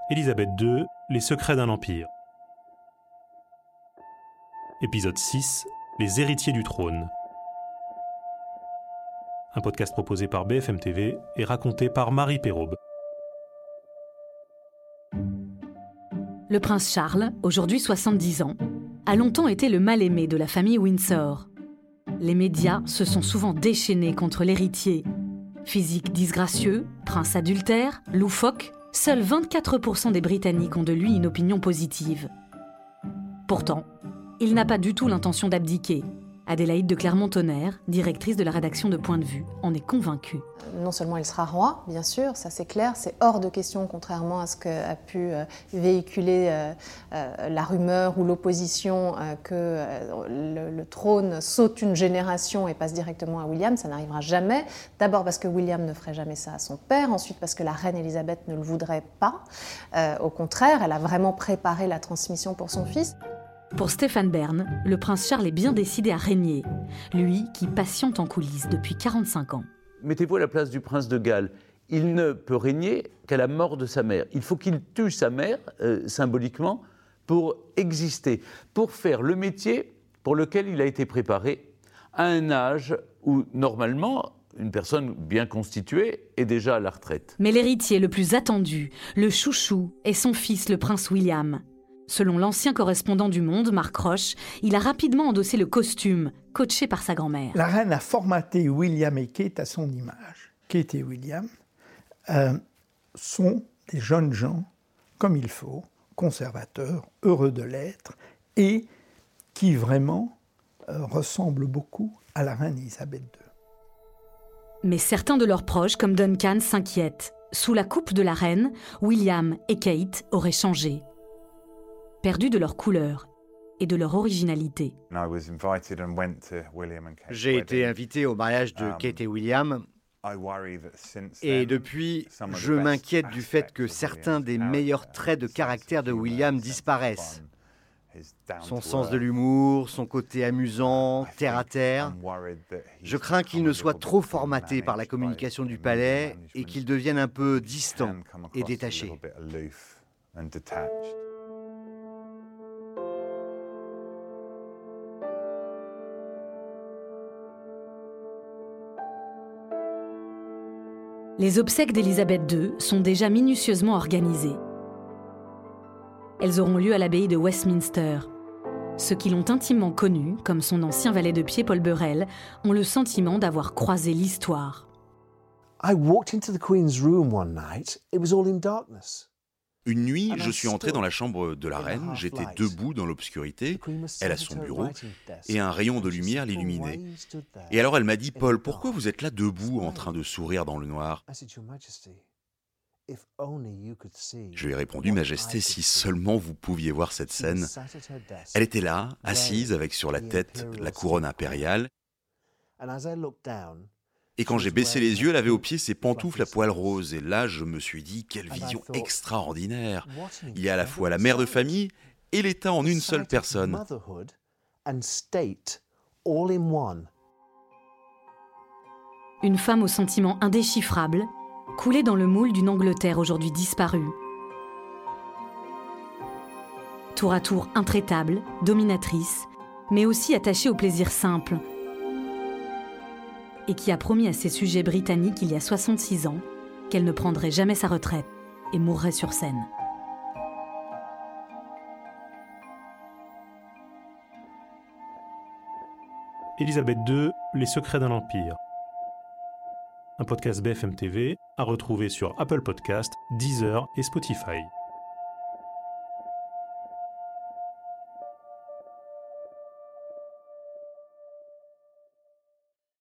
Élisabeth II, les secrets d'un empire. Épisode 6, les héritiers du trône. Un podcast proposé par BFM TV et raconté par Marie Perraube. Le prince Charles, aujourd'hui 70 ans, a longtemps été le mal-aimé de la famille Windsor. Les médias se sont souvent déchaînés contre l'héritier. Physique disgracieux, prince adultère, loufoque, seuls 24% des Britanniques ont de lui une opinion positive. Pourtant, il n'a pas du tout l'intention d'abdiquer. Adélaïde de Clermont-Tonnerre, directrice de la rédaction de Point de Vue, en est convaincue. Non seulement il sera roi, bien sûr, ça c'est clair, c'est hors de question, contrairement à ce qu'a pu véhiculer la rumeur ou l'opposition, que le trône saute une génération et passe directement à William, ça n'arrivera jamais. D'abord parce que William ne ferait jamais ça à son père, ensuite parce que la reine Elisabeth ne le voudrait pas. Au contraire, elle a vraiment préparé la transmission pour son fils. Pour Stéphane Bern, le prince Charles est bien décidé à régner, lui qui patiente en coulisses depuis 45 ans. Mettez-vous à la place du prince de Galles. Il ne peut régner qu'à la mort de sa mère. Il faut qu'il tue sa mère, symboliquement, pour exister, pour faire le métier pour lequel il a été préparé à un âge où, normalement, une personne bien constituée est déjà à la retraite. Mais l'héritier le plus attendu, le chouchou, est son fils, le prince William. Selon l'ancien correspondant du Monde, Marc Roche, il a rapidement endossé le costume, coaché par sa grand-mère. La reine a formaté William et Kate à son image. Kate et William sont des jeunes gens, comme il faut, conservateurs, heureux de l'être, et qui vraiment ressemblent beaucoup à la reine Elisabeth II. Mais certains de leurs proches, comme Duncan, s'inquiètent. Sous la coupe de la reine, William et Kate auraient changé. Perdus de leur couleur et de leur originalité. J'ai été invité au mariage de Kate et William, et depuis, je m'inquiète du fait que certains des meilleurs traits de caractère de William disparaissent. Son sens de l'humour, son côté amusant, terre-à-terre. Je crains qu'il ne soit trop formaté par la communication du palais et qu'il devienne un peu distant et détaché. Les obsèques d'Élisabeth II sont déjà minutieusement organisées. Elles auront lieu à l'abbaye de Westminster. Ceux qui l'ont intimement connue, comme son ancien valet de pied Paul Burrell, ont le sentiment d'avoir croisé l'histoire. I walked into the Queen's room one night. It was all in darkness. Une nuit, je suis entré dans la chambre de la reine, j'étais debout dans l'obscurité, elle à son bureau, et un rayon de lumière l'illuminait. Et alors elle m'a dit « Paul, pourquoi vous êtes là debout en train de sourire dans le noir ?» Je lui ai répondu « Majesté, si seulement vous pouviez voir cette scène. » Elle était là, assise avec sur la tête la couronne impériale. Et quand j'ai baissé les yeux, elle avait au pied ses pantoufles à poils roses. Et là, je me suis dit, quelle vision extraordinaire. Il y a à la fois la mère de famille et l'État en une seule personne. Une femme aux sentiments indéchiffrables, coulée dans le moule d'une Angleterre aujourd'hui disparue. Tour à tour intraitable, dominatrice, mais aussi attachée au plaisir simple, et qui a promis à ses sujets britanniques il y a 66 ans qu'elle ne prendrait jamais sa retraite et mourrait sur scène. Élisabeth II, les secrets d'un empire. Un podcast BFM TV à retrouver sur Apple Podcasts, Deezer et Spotify.